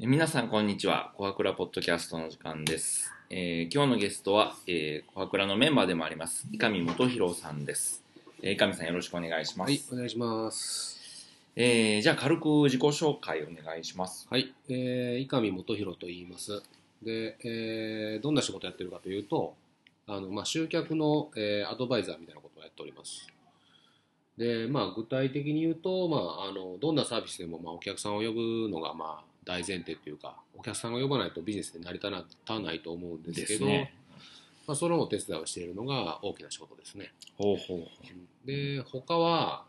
皆さんこんにちは。コハクラポッドキャストの時間です。今日のゲストは、コハクラのメンバーでもあります伊上元弘さんです。伊上さんよろしくお願いします。 はい、お願いします。 じゃあ軽く自己紹介お願いします。 はい、伊上元弘と言います。で、どんな仕事やってるかというと、集客の、アドバイザーみたいなことをやっております。で、具体的に言うと、どんなサービスでも、お客さんを呼ぶのが、大前提というか、お客さんを呼ばないとビジネスで成り立たないと思うんですけど、 ね、 そのお手伝いをしているのが大きな仕事ですね。 ほうほう。 で、他は、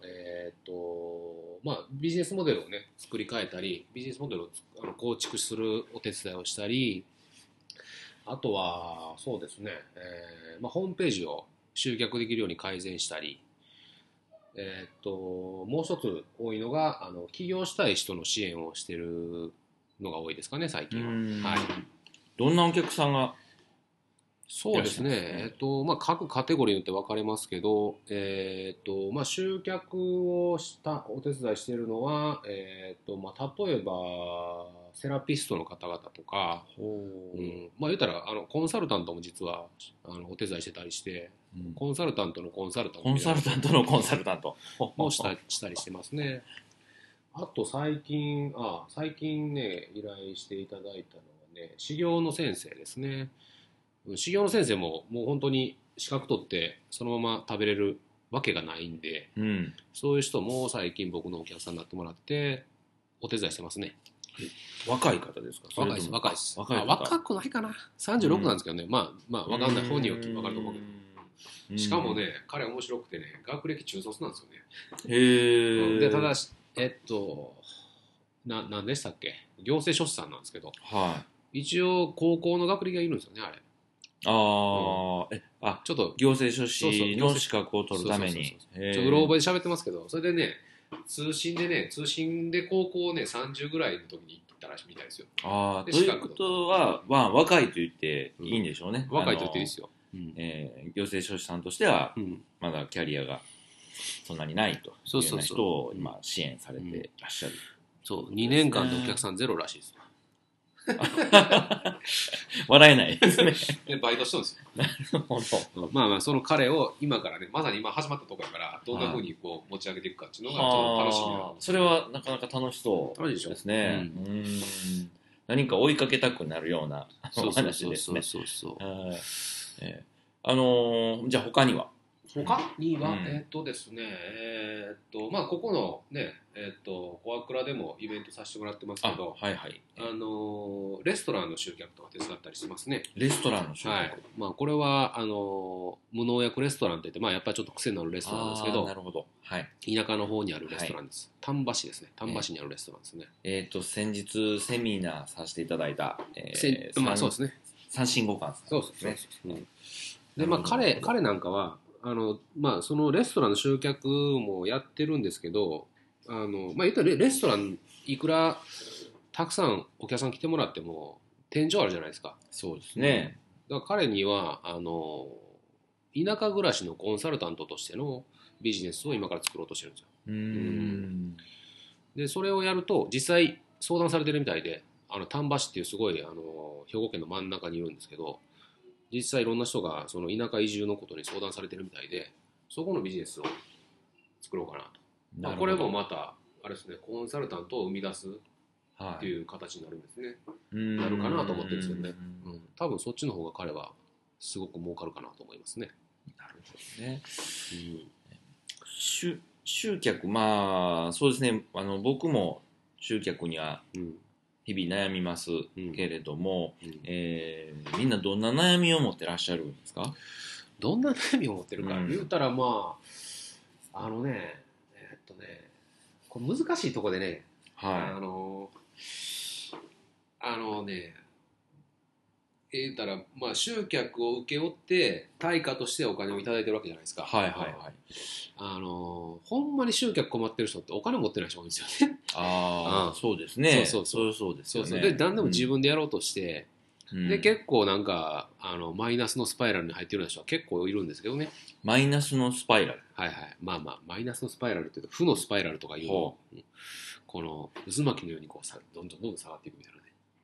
ビジネスモデルをね、作り変えたり、ビジネスモデルを構築するお手伝いをしたり、あとは、そうですね、ホームページを集客できるように改善したり、もう一つ多いのが起業したい人の支援をしているのが多いですかね、最近は。はい、 どんなお客さんがそうですね、各カテゴリーによって分かれますけど、集客をしたお手伝いしているのは、例えばセラピストの方々とか、言ったらコンサルタントも実はお手伝いしてたりして、コンサルタントのコンサルタントコンサルタントのコンサルタントもしたりしてますね。あと最近ね、依頼していただいたのはね、修行の先生ですね。修行の先生ももう本当に資格取ってそのまま食べれるわけがないんで、そういう人も最近僕のお客さんになってもらってお手伝いしてますね。 若い方ですか？ 若いです。若くないかな。36なんですけどね、分かんない。本人は分かると思うけど、しかもね、彼面白くてね、学歴中卒なんですよね。 へえ。 で、ただ何でしたっけ、行政書士さんなんですけど、一応高校の学歴がいるんですよね、あれ。 ちょっと行政書士の資格を取るために。 うろ覚えで喋ってますけど、それでね、通信で高校をね、30ぐらいの時に行ったらしいみたいですよ。 ということは、若いと言っていいんでしょうね。 若いと言っていいですよ。 行政書士さんとしては、まだキャリアがそんなにないというような人を今支援されていらっしゃる。 そう、2年間でお客さんゼロらしいです。 笑えないですね。 でバイトしてるんですよ。その彼を今からね、まさに今始まったところから、どんな風にこう持ち上げていくかっていうのがちょっと楽しみな。 それはなかなか楽しそうですね。何か追いかけたくなるような話ですね。じゃあ他にはですね、ここのね、コアクラでもイベントさせてもらってますけど、レストランの集客とか手伝ったりしてますね。 レストランの集客、 これは無農薬レストランといって、やっぱりちょっと癖のあるレストランですけど、 なるほど、 田舎の方にあるレストランです。丹波市ですね。丹波市にあるレストランですね。 先日セミナーさせていただいた、 そうですね。 三振五冠さんですね。で、彼なんかはそのレストランの集客もやってるんですけど、言ったらレストランいくらたくさんお客さん来てもらっても天井あるじゃないですか。 そうですね。 だから彼には田舎暮らしのコンサルタントとしてのビジネスを今から作ろうとしてるんですよ。でそれをやると実際相談されてるみたいで、丹波市っていうすごい兵庫県の真ん中にいるんですけど、実際いろんな人がその田舎移住のことに相談されてるみたいで、そこのビジネスを作ろうかなと。これもまたあれですね、コンサルタントを生み出すっていう形になるんですね。なるかなと思ってるんですよね。多分そっちの方が彼はすごく儲かるかなと思いますね。 なるほどね。集客、そうですね、僕も集客には日々悩みますけれども、みんなどんな悩みを持ってらっしゃるんですか？ どんな悩みを持ってるか、言うたらこれ難しいところでね、言ったら集客を請け負って対価としてお金をいただいてるわけじゃないですか。ほんまに集客困ってる人ってお金持ってない人多いんですよね。 そうですね。 そうですよね。で何でも自分でやろうとして、で結構なんかマイナスのスパイラルに入ってるような人は結構いるんですけどね。 マイナスのスパイラル。 マイナスのスパイラルっていうと負のスパイラルとかいうのをこの渦巻きのようにこうどんどん下がっていくみたいなね。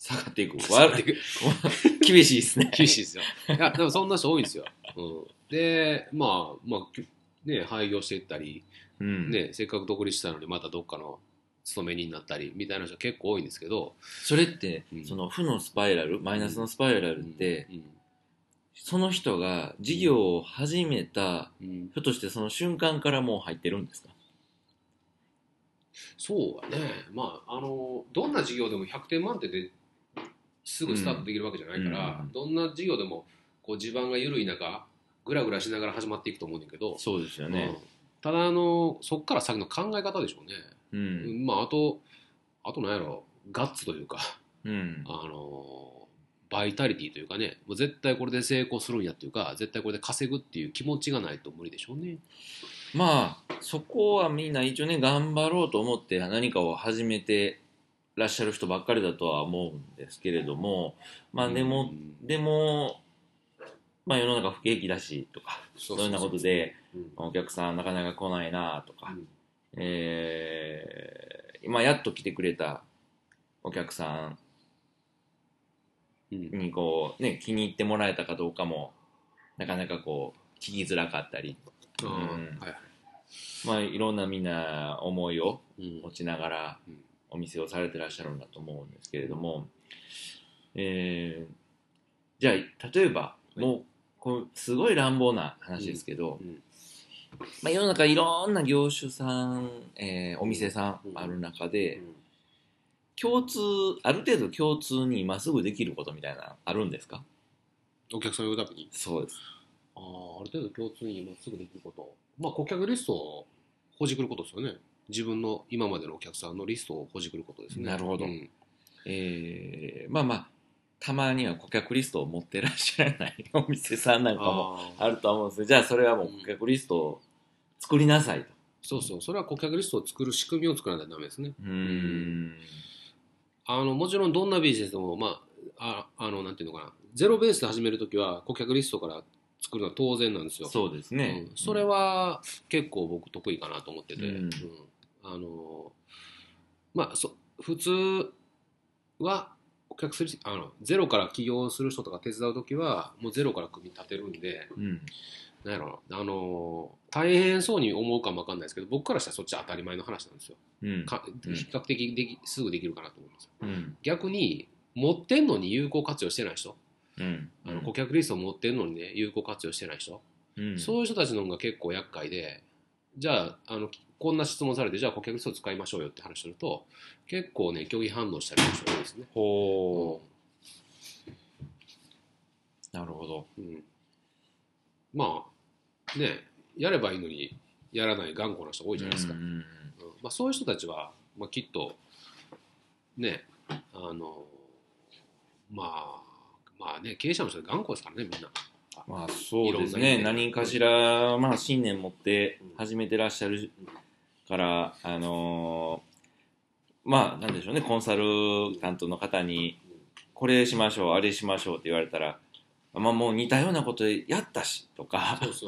下がっていく。 下がっていく厳しいですね。 厳しいですよ。いや、でもそんな人多いんですよ。で、ね、廃業していったり、ね、せっかく独立したのにまたどっかの勤め人になったりみたいな人結構多いんですけど、 それって、その負のスパイラル、マイナスのスパイラルって、その人が事業を始めた、ひょっとしてその瞬間からもう入ってるんですか？ そうはね、どんな事業でも100点満点ですぐスタートできるわけじゃないから、どんな事業でもこう地盤が緩い中グラグラしながら始まっていくと思うんだけど、 そうですよね。 ただそっから先の考え方でしょうね。あとなんやろ、ガッツというか、バイタリティというかね、もう絶対これで成功するんやっていうか、絶対これで稼ぐっていう気持ちがないと無理でしょうね。 まあそこはみんな一応ね、頑張ろうと思って何かを始めてらっしゃる人ばっかりだとは思うんですけれども、でも、世の中不景気だしとか、そういうようなことで、お客さんなかなか来ないなとか、今やっと来てくれたお客さんにこう、ね、気に入ってもらえたかどうかもなかなかこう聞きづらかったり、いろんなみんな思いを持ちながらお店をされてらっしゃるんだと思うんですけれども、じゃあ例えばもうこうすごい乱暴な話ですけど、世の中いろんな業種さん、お店さんある中で、ある程度共通に今すぐできることみたいなあるんですか？ お客さんを呼ぶために。 そうです。 ある程度共通に今すぐできること。顧客リストをほじくることですよね。自分の今までのお客さんのリストをほじくることですね。 なるほど。たまには顧客リストを持ってらっしゃらないお店さんなんかもあると思うんですよ。じゃあそれはもう顧客リストを作りなさいと。 そう、それは顧客リストを作る仕組みを作らないとダメですね。もちろんどんなビジネスでも、なんていうのかな、ゼロベースで始めるときは顧客リストから作るのは当然なんですよ。 そうですね。 それは結構僕得意かなと思ってて、普通はお客ゼロから起業する人とか手伝うときはもうゼロから組み立てるんで、なんやろな、大変そうに思うかも分かんないですけど、僕からしたらそっちは当たり前の話なんですよ。比較的すぐできるかなと思います。逆に持ってんのに有効活用してない人、顧客リストを持ってんのにね有効活用してない人、そういう人たちの方が結構厄介で、じゃあこんな質問されて、じゃあ顧客リストを使いましょうよって話すると結構ね拒否反応したりする人多いですね。 なるほど。 やればいいのにやらない頑固な人多いじゃないですか。そういう人たちは、きっとね、経営者の人は頑固ですからね、みんな。 そうですね。何かしら、信念持って始めてらっしゃるから、なんでしょうね、コンサルタントの方に、これしましょう、あれしましょうって言われたら、もう似たようなことやったしとか、 う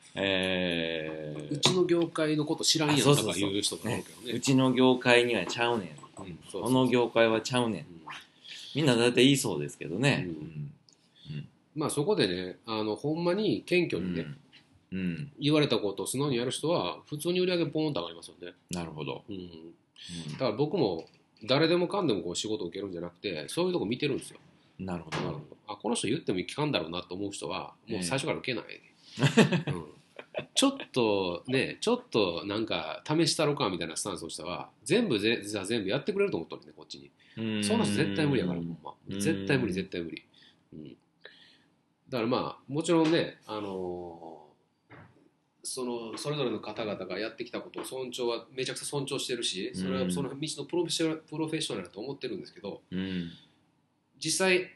ちの業界のこと知らんやんとか言う人が多いけどね。 うちの業界にはちゃうねん。この業界はちゃうねん。みんな大体言いそうですけどね。 そこでね、ほんまに謙虚にね、言われたことを素直にやる人は普通に売り上げポーンと上がりますよね。 なるほど。 だから僕も誰でもかんでもこう仕事を受けるんじゃなくて、そういうとこ見てるんですよ。 なるほど。 この人言っても聞かんだろうなと思う人はもう最初から受けない。ちょっとなんか試したろかみたいなスタンスの人は全部やってくれると思っとるね、こっちに。そんな人絶対無理やから、絶対無理。だからもちろんね、それぞれの方々がやってきたことをめちゃくちゃ尊重してるし、それはその道のプロフェッショナルだと思ってるんですけど、実際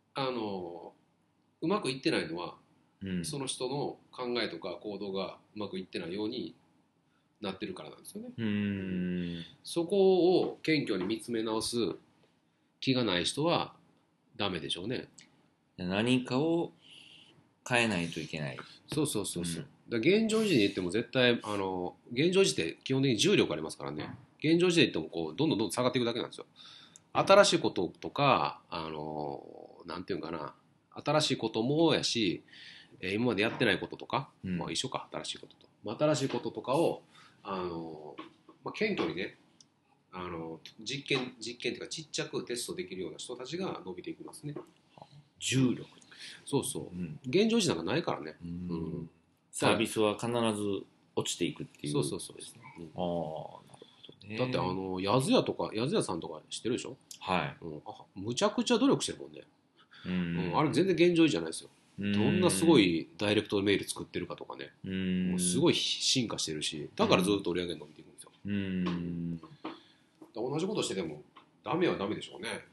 うまくいってないのは、その人の考えとか行動がうまくいってないようになってるからなんですよね。そこを謙虚に見つめ直す気がない人はダメでしょうね。 何かを変えないといけない。 そう、だ現状維持に言っても絶対現状維持って基本的に重力ありますからね。現状維持で言ってもどんどん下がっていくだけなんですよ。 新しいこととかなんていうかな、新しいこともやし、今までやってないこととか、まあ一緒か、新しいことと、新しいこととかを謙虚にね、実験っていうかちっちゃくテストできるような人たちが伸びていきますね。 重力。 そうそう、現状維持なんかないからね。 サービスは必ず落ちていくっていう。 そうですね。 ああ、なるほどね。 だってヤズヤさんとか知ってるでしょ。 はい。 むちゃくちゃ努力してるもんね。あれ全然現状維持じゃないですよ。どんなすごいダイレクトメール作ってるかとかね、もうすごい進化してるし、だからずっと売り上げ伸びていくんですよ。同じことしてでもダメはダメでしょうね。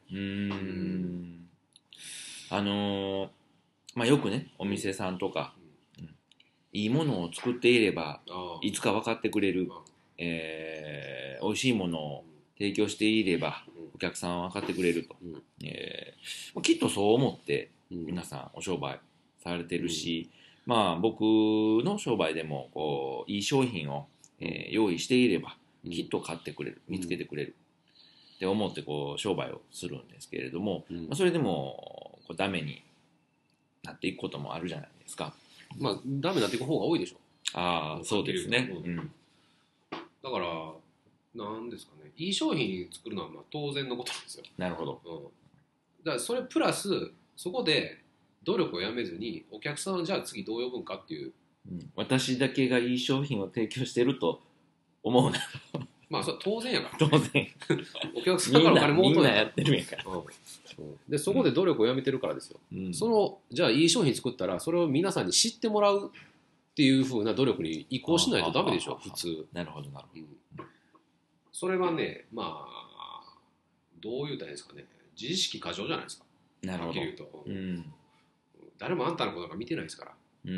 よくね、お店さんとか、いいものを作っていればいつか分かってくれる、美味しいものを提供していればお客さんは分かってくれると、きっとそう思って皆さんお商売されてるし、僕の商売でもこういい商品を、用意していればきっと買ってくれる、見つけてくれるって思ってこう商売をするんですけれども、それでもこうダメになっていくこともあるじゃないですか。 ダメになっていく方が多いでしょ。 そうですね。 だからなんですかね、いい商品作るのは当然のことなんですよ。 なるほど。 だからそれプラスそこで努力をやめずにお客さんはじゃあ次どう呼ぶんかっていう、 私だけがいい商品を提供してると思うな。 それは当然やから、 当然お客さんからお金もみんなやってるんやから、 でそこで努力をやめてるからですよ。じゃあいい商品作ったらそれを皆さんに知ってもらうっていう風な努力に移行しないとダメでしょ、普通。 なるほどなるほど。 それはね、どう言うたらいいんですかね、自意識過剰じゃないですか。 なるほど。 はっきり言うと、誰もあんたのことなんか見てないですから。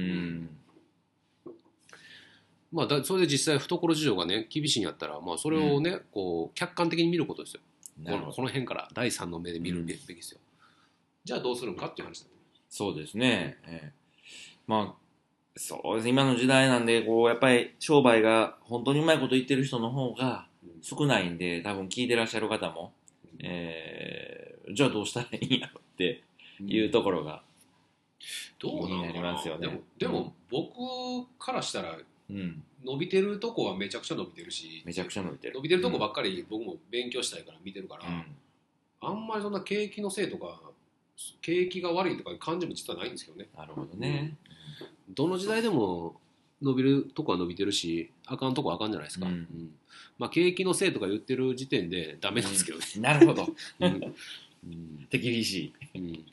それで実際懐事情がね厳しいんやったら、それをね、こう客観的に見ることですよ。この辺から第三の目で見るべきですよ。じゃあどうするんかっていう話だ。 そうですね。そうです。今の時代なんでこうやっぱり商売が本当にうまいこと言ってる人の方が少ないんで、多分聞いてらっしゃる方も、じゃあどうしたらいいんやろっていうところが気になりますよね。 でも僕からしたら伸びてるとこはめちゃくちゃ伸びてるし、 めちゃくちゃ伸びてる。 伸びてるとこばっかり僕も勉強したいから見てるから、あんまりそんな景気のせいとか景気が悪いとかいう感じも実はないんですけどね。 なるほどね。 どの時代でも伸びるとこは伸びてるし、あかんとこはあかんじゃないですか。景気のせいとか言ってる時点でダメなんですけどね。 なるほど。手厳しい。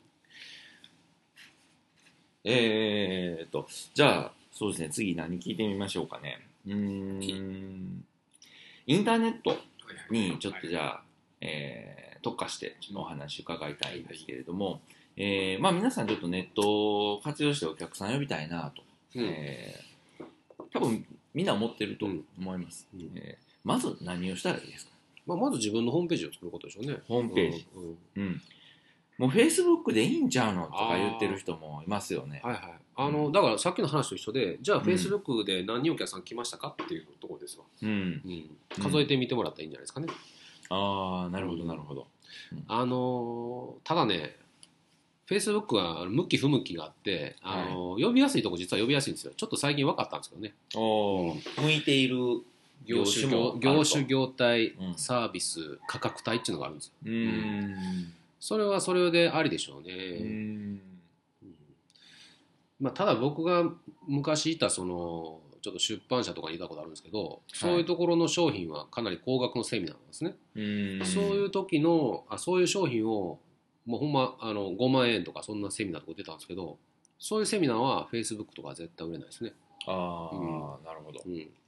じゃあそうですね、次何聞いてみましょうかね。インターネットにちょっとじゃあ、特化してちょっとお話伺いたいんですけれども、皆さんちょっとネットを活用してお客さん呼びたいなと、多分みんな思ってると思います。まず何をしたらいいですか？ まず自分のホームページを作ることでしょうね。 ホームページ。もうフェイスブックでいいんちゃうのとか言ってる人もいますよね。 だからさっきの話と一緒で、じゃあフェイスブックで何人お客さん来ましたかっていうところですわ。数えてみてもらったらいいんじゃないですかね。 なるほどなるほど。 ただね、フェイスブックは向き不向きがあって、呼びやすいとこ実は呼びやすいんですよ。ちょっと最近分かったんですけどね。 向いている業種業態、サービス価格帯っていうのがあるんですよ。それはそれでありでしょうね。ただ僕が昔いたちょっと出版社とかにいたことあるんですけど、そういうところの商品はかなり高額のセミナーなんですね。そういう時のそういう商品をもうほんま5万円とかそんなセミナーとか出たんですけど、そういうセミナーは Facebook とか絶対売れないですね。 なるほど。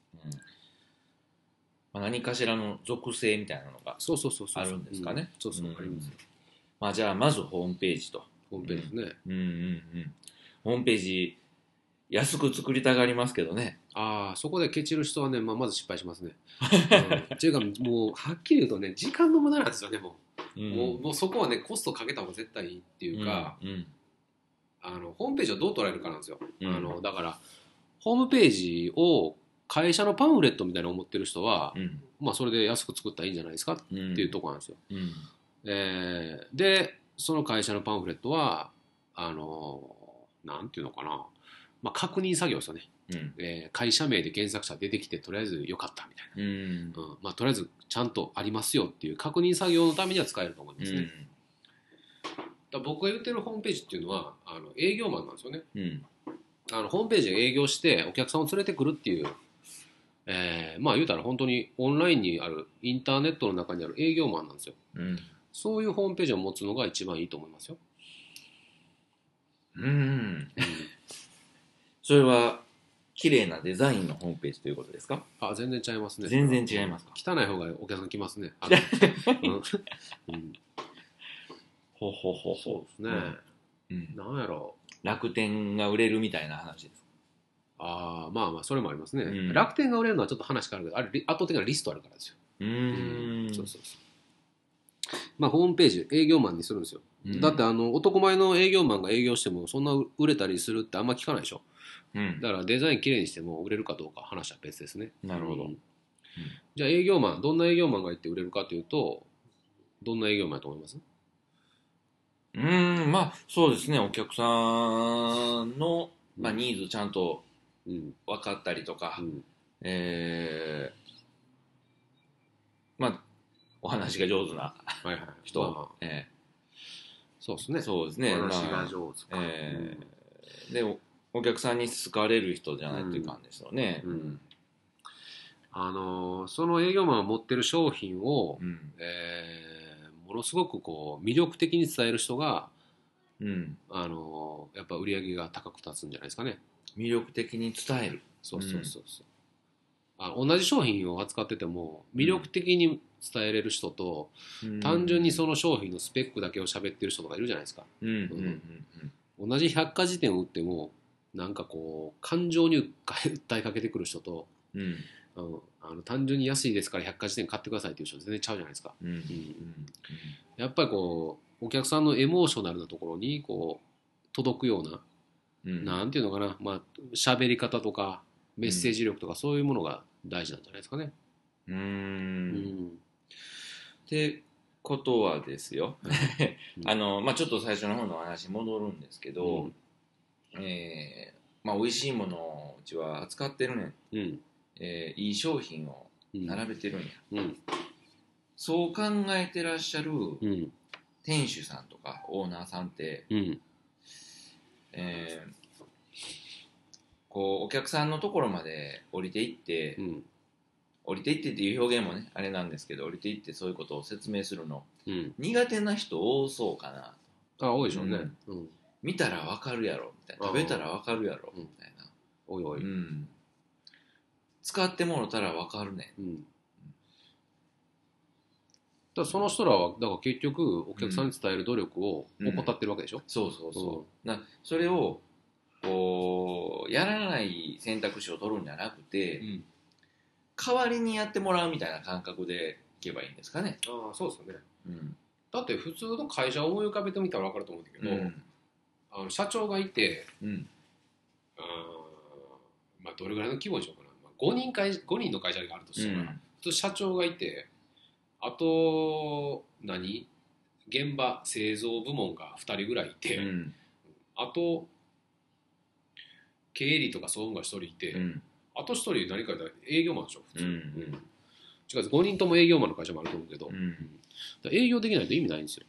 何かしらの属性みたいなのがあるんですかね。 ありますよ。 じゃあまずホームページと。 ホームページですね。 ホームページ安く作りたがりますけどね。 そこでケチる人はね、まず失敗しますね。っていうかもうはっきり言うとね、時間の無駄なんですよね。もうそこはねコストかけた方が絶対いいっていうか、ホームページをどう捉えるかなんですよ。だからホームページを会社のパンフレットみたいな思ってる人は、それで安く作ったらいいんじゃないですかっていうところなんですよ。 でその会社のパンフレットはなんていうのかな、まあ、確認作業ですよね、会社名で検索者出てきてとりあえず良かったみたいな、まあ、とりあえずちゃんとありますよっていう確認作業のためには使えると思いますね、だ僕が言ってるホームページっていうのは営業マンなんですよね、ホームページで営業してお客さんを連れてくるっていう、まあ言うたら本当にオンラインにあるインターネットの中にある営業マンなんですよ、そういうホームページを持つのが一番いいと思いますよ。 それは綺麗なデザインのホームページということですか？ 全然違いますね。 全然違いますか？ 汚い方がお客さん来ますね。 ほほほほ。 そうですね。なんやろう。楽天が売れるみたいな話ですか？ まあまあそれもありますね、楽天が売れるのはちょっと話変わるけど、あれ圧倒的なリストあるからですよ。そうそうそう。まあホームページ営業マンにするんですよ。だって男前の営業マンが営業してもそんな売れたりするってあんま聞かないでしょ。だからデザインきれいにしても売れるかどうか話は別ですね。 なるほど。 じゃあ営業マンどんな営業マンがいて売れるかというとどんな営業マンだと思います？ まあそうですね、お客さんの、まあ、ニーズちゃんと分かったりとか、まあお話が上手な人、 そうですね。 そうですね。 お話が上手か。 でお客さんに好かれる人じゃないといかんですよね。 その営業マンが持ってる商品を、ものすごくこう魅力的に伝える人が、やっぱ売り上げが高く立つんじゃないですかね。 魅力的に伝える。 そうそうそうそう。同じ商品を扱ってても魅力的に伝えれる人と、単純にその商品のスペックだけを喋ってる人とかいるじゃないですか。同じ百科事典を売ってもなんかこう感情に訴えかけてくる人と、単純に安いですから百科事典買ってくださいっていう人全然ちゃうじゃないですか。やっぱりこうお客さんのエモーショナルなところにこう届くような、なんていうのかな、まあ喋り方とかメッセージ力とかそういうものが大事なんじゃないですかね。 ってことはですよまあちょっと最初の方の話戻るんですけど、まあ美味しいものをうちは扱ってるねん、いい商品を並べてるんや、そう考えてらっしゃる店主さんとかオーナーさんって、こうお客さんのところまで降りていって、降りていってっていう表現もねあれなんですけど、降りていってそういうことを説明するの、苦手な人多そうかな。 多いでしょうね、 見たらわかるやろみたいな、食べたらわかるやろみたいな、 おいおい、 使ってもろたらわかるね、 だからその人らはだから結局お客さんに伝える努力を怠ってるわけでしょ、 そうそうそう、それをこうやらない選択肢を取るんじゃなくて、代わりにやってもらうみたいな感覚でいけばいいんですかね。 そうですよね、だって普通の会社を思い浮かべてみたら分かると思うんだけど、社長がいて、まあどれぐらいの規模でしょうかな、5人の会社があるとしたら、普通社長がいて、あと現場製造部門が2人ぐらいいて、あと経理とか総務が1人いて、あと1人何か営業マンでしょ普通、違う5人とも営業マンの会社もあると思うけど、営業できないと意味ないんですよ。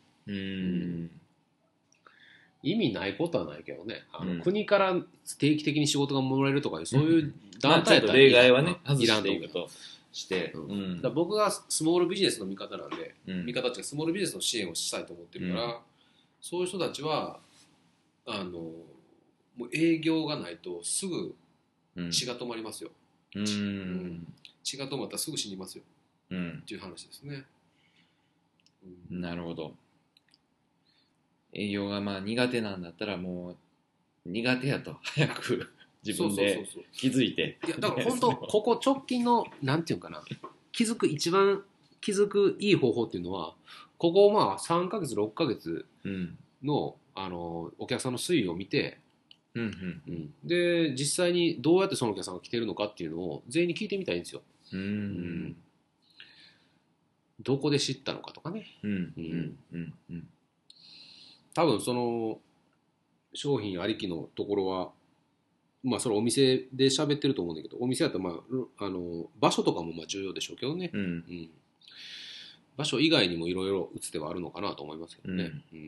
意味ないことはないけどね、国から定期的に仕事がもらえるとかそういう団体と例外はね外していくとして、 だ僕がスモールビジネスの味方なんで、味方っていうかスモールビジネスの支援をしたいと思ってるから、そういう人たちはもう営業がないとすぐ血が止まりますよ、血が止まったらすぐ死にますよ、っていう話ですね。 なるほど。営業がまあ苦手なんだったらもう苦手やと早く自分で気づいて、 いやだから本当ここ直近のなんていうかな、一番気づくいい方法っていうのはここまあ3ヶ月6ヶ月の、お客さんの推移を見て、で実際にどうやってそのお客さんが来てるのかっていうのを全員に聞いてみたいんですよ。 どこで知ったのかとかね、多分その商品ありきのところはまあそれお店で喋ってると思うんだけど、お店だとまあ場所とかもまあ重要でしょうけどね、場所以外にもいろいろ打つ手はあるのかなと思いますけどね。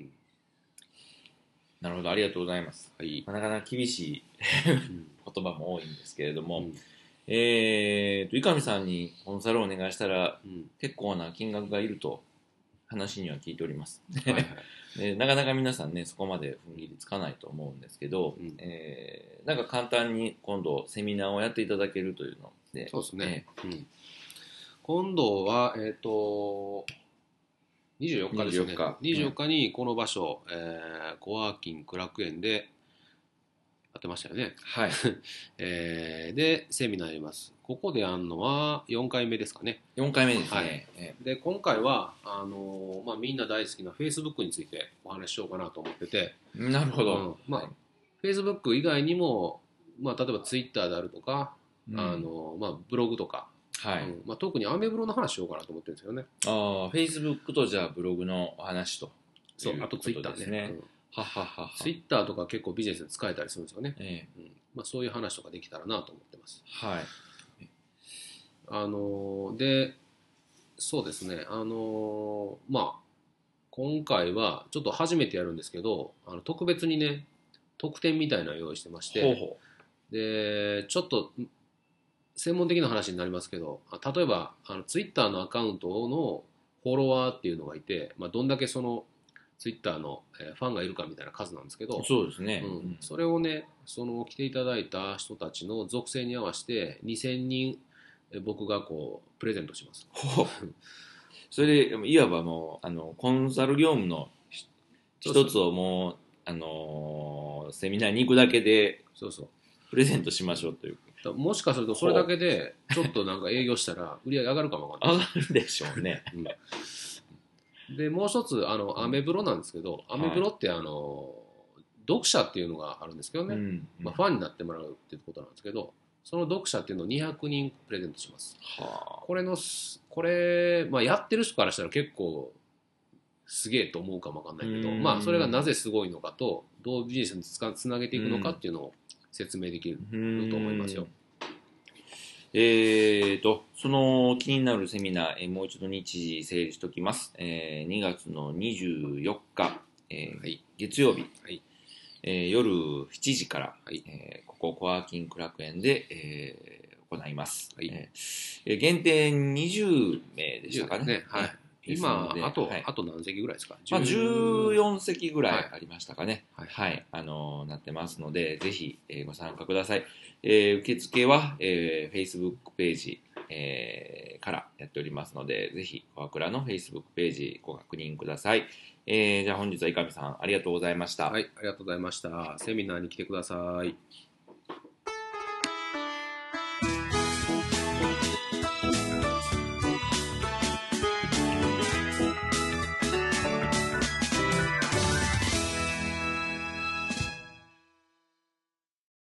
なるほど、ありがとうございます。はい、なかなか厳しい言葉も多いんですけれども、伊上さんにコンサルをお願いしたら、結構な金額がいると話には聞いております。でなかなか皆さんね、そこまで踏ん切りつかないと思うんですけど、なんか簡単に今度セミナーをやっていただけるというので。 そうですね。今度は、24日ですね。24日にこの場所、コワーキング楽園でやってましたよね。 はい。 で、セミナーやります。ここでやるのは4回目ですかね。 4回目ですね。 で、今回は、まあ、みんな大好きな Facebook についてお話ししようかなと思ってて。 なるほど。 まあ、Facebook 以外にも、まあ、例えば Twitter であるとか、まあ、ブログとか、まあ、特にアメブロの話しようかなと思ってるんですよね。 Facebook とじゃあブログのお話と。 そう、あと Twitter ですね。Twitter とか結構ビジネスで使えたりするんですよね。まあ、そういう話とかできたらなと思ってます。 はい。 で、そうですね、まあ、今回はちょっと初めてやるんですけど、特別にね、特典みたいなのを用意してまして、で、ちょっと専門的な話になりますけど、例えばTwitter のアカウントのフォロワーっていうのがいて、まあ、どんだけそのTwitter のファンがいるかみたいな数なんですけど、 そうですね、 それをね、その来ていただいた人たちの属性に合わせて2000人僕がこうプレゼントします。 それでいわばもうコンサル業務の一つをもうセミナーに行くだけでプレゼントしましょうという。 もしかするとそれだけでちょっとなんか営業したら売り上げ上がるかもわかんない。 上がるでしょうね。 でもう一つアメブロなんですけど、アメブロって読者っていうのがあるんですけどね、まあ、ファンになってもらうっていうことなんですけど、その読者っていうのを200人プレゼントします。これ、まあ、やってる人からしたら結構すげえと思うかもわかんないけど、まあそれがなぜすごいのかとどうビジネスにつなげていくのかっていうのを説明できると思いますよ。 その気になるセミナー、もう一度日時整理しておきます。2月の24日、月曜日、夜7時から、ここコワーキング楽園で、行います。限定20名でしたかね。 今あと何席ぐらいですか。 14席ぐらいありましたかね。なってますので、ぜひ、ご参加ください。受付は、Facebook ページ、からやっておりますので、ぜひ、コアクラの Facebook ページご確認ください。じゃあ本日は伊上さんありがとうございました。 はい、ありがとうございました。セミナーに来てください。